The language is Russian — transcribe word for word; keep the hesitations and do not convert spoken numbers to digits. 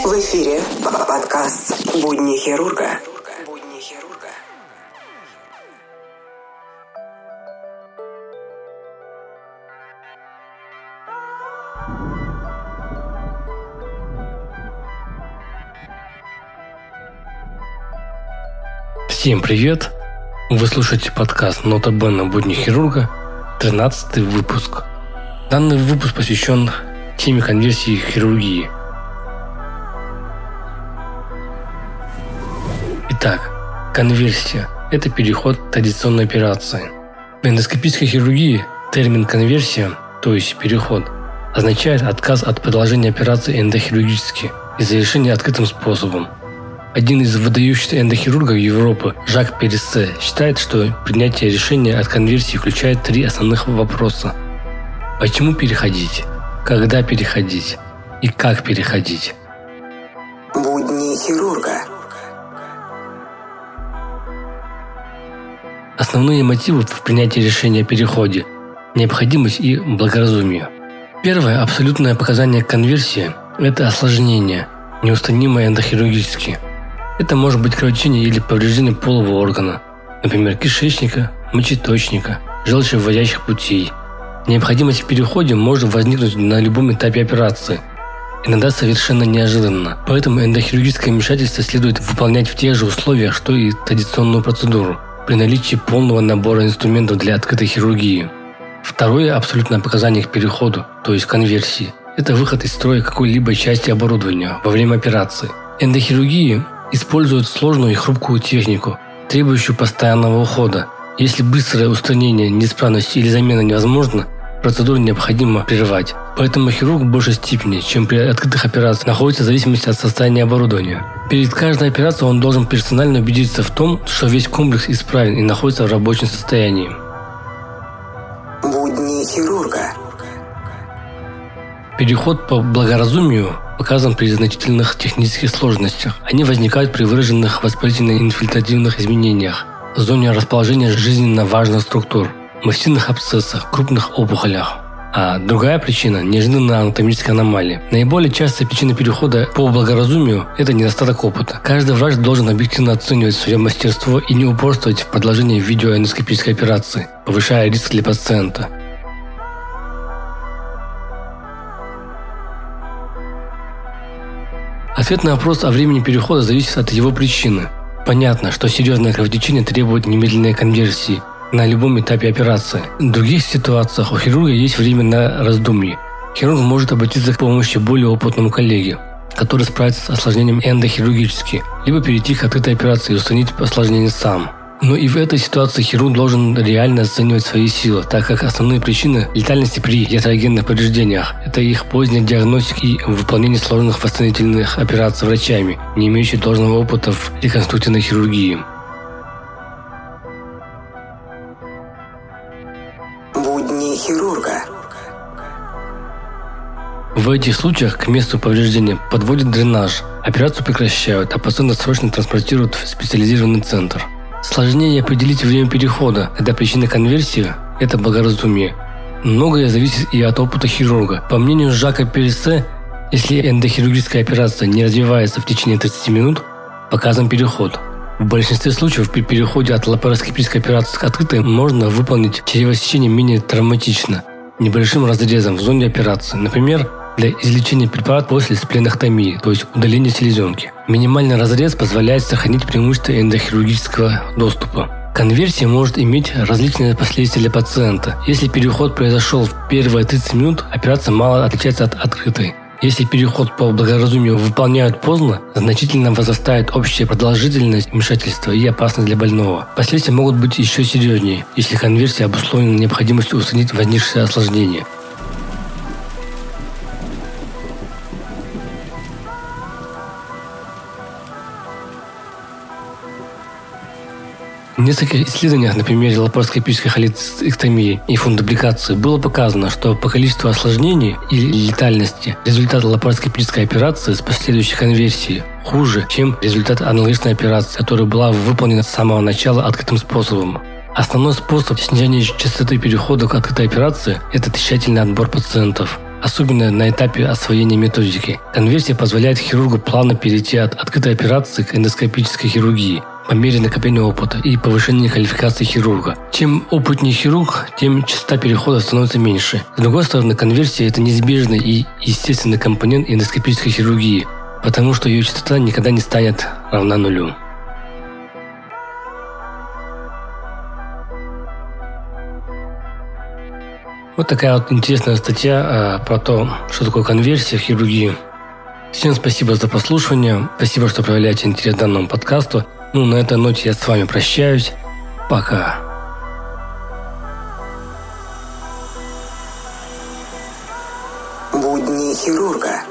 В эфире подкаст «Будни хирурга». Всем привет! Вы слушаете подкаст «Нота Бene. Будни хирурга», тринадцатый выпуск. Данный выпуск посвящен теме конверсии хирургии. Итак, конверсия – это переход к традиционной операции. В эндоскопической хирургии термин «конверсия», то есть переход, означает отказ от продолжения операции эндохирургически и завершения открытым способом. Один из выдающихся эндохирургов Европы, Жак Перессе, считает, что принятие решения от конверсии включает три основных вопроса. Почему переходить? Когда переходить? И как переходить? Будни хирурга. Основные мотивы в принятии решения о переходе – необходимость и благоразумие. Первое абсолютное показание конверсии – это осложнение, неустранимое эндохирургически. Это может быть кровотечение или повреждение полового органа, например, кишечника, мочеточника, желчевыводящих путей. Необходимость в переходе может возникнуть на любом этапе операции, иногда совершенно неожиданно. Поэтому эндохирургическое вмешательство следует выполнять в тех же условиях, что и традиционную процедуру, при наличии полного набора инструментов для открытой хирургии. Второе абсолютное показание к переходу, то есть конверсии, это выход из строя какой-либо части оборудования во время операции. Эндохирургии используют сложную и хрупкую технику, требующую постоянного ухода. Если быстрое устранение неисправности или замена невозможно, процедуру необходимо прерывать. Поэтому хирург в большей степени, чем при открытых операциях, находится в зависимости от состояния оборудования. Перед каждой операцией он должен персонально убедиться в том, что весь комплекс исправен и находится в рабочем состоянии. Будни хирурга. Переход по благоразумию показан при значительных технических сложностях. Они возникают при выраженных воспалительно-инфильтративных изменениях в зоне расположения жизненно важных структур, мастинных абсцессах, крупных опухолях. А другая причина – неожиданная анатомическая аномалия. Наиболее частая причина перехода по благоразумию – это недостаток опыта. Каждый врач должен объективно оценивать свое мастерство и не упорствовать в продолжении видеоэндоскопической операции, повышая риск для пациента. Ответ на вопрос о времени перехода зависит от его причины. Понятно, что серьезное кровотечение требует немедленной конверсии на любом этапе операции. В других ситуациях у хирурга есть время на раздумье. Хирург может обратиться к помощи более опытному коллеге, который справится с осложнением эндохирургически, либо перейти к открытой операции и устранить осложнение сам. Но и в этой ситуации хирург должен реально оценивать свои силы, так как основные причины летальности при ятрогенных повреждениях – это их поздняя диагностика и выполнение сложных восстановительных операций врачами, не имеющими должного опыта в реконструктивной хирургии. Будни хирурга. В этих случаях к месту повреждения подводят дренаж, операцию прекращают, а пациента срочно транспортируют в специализированный центр. Сложнее определить время перехода, когда причина конверсии – это благоразумие. Многое зависит и от опыта хирурга. По мнению Жака Перессе, если эндохирургическая операция не развивается в течение тридцати минут, показан переход. В большинстве случаев при переходе от лапароскопической операции к открытой можно выполнить чревосечение менее травматично, небольшим разрезом в зоне операции, например, для излечения препарата после спленэктомии, то есть удаления селезенки. Минимальный разрез позволяет сохранить преимущество эндохирургического доступа. Конверсия может иметь различные последствия для пациента. Если переход произошел в первые тридцать минут, операция мало отличается от открытой. Если переход по благоразумию выполняют поздно, значительно возрастает общая продолжительность вмешательства и опасность для больного. Последствия могут быть еще серьезнее, если конверсия обусловлена необходимостью устранить возникшие осложнения. В нескольких исследованиях на примере лапароскопической холецистектомии и фундубликации было показано, что по количеству осложнений или летальности результат лапароскопической операции с последующей конверсией хуже, чем результат аналогичной операции, которая была выполнена с самого начала открытым способом. Основной способ снижения частоты перехода к открытой операции – это тщательный отбор пациентов. особенно на этапе освоения методики. Конверсия позволяет хирургу плавно перейти от открытой операции к эндоскопической хирургии по мере накопления опыта и повышения квалификации хирурга. Чем опытнее хирург, тем частота перехода становится меньше. С другой стороны, конверсия – это неизбежный и естественный компонент эндоскопической хирургии, потому что ее частота никогда не станет равна нулю. Вот такая вот интересная статья э, про то, что такое конверсия в хирургии. Всем спасибо за прослушивание. Спасибо, что проявляете интерес к данному подкасту. Ну, на этой ноте я с вами прощаюсь. Пока. Будни хирурга.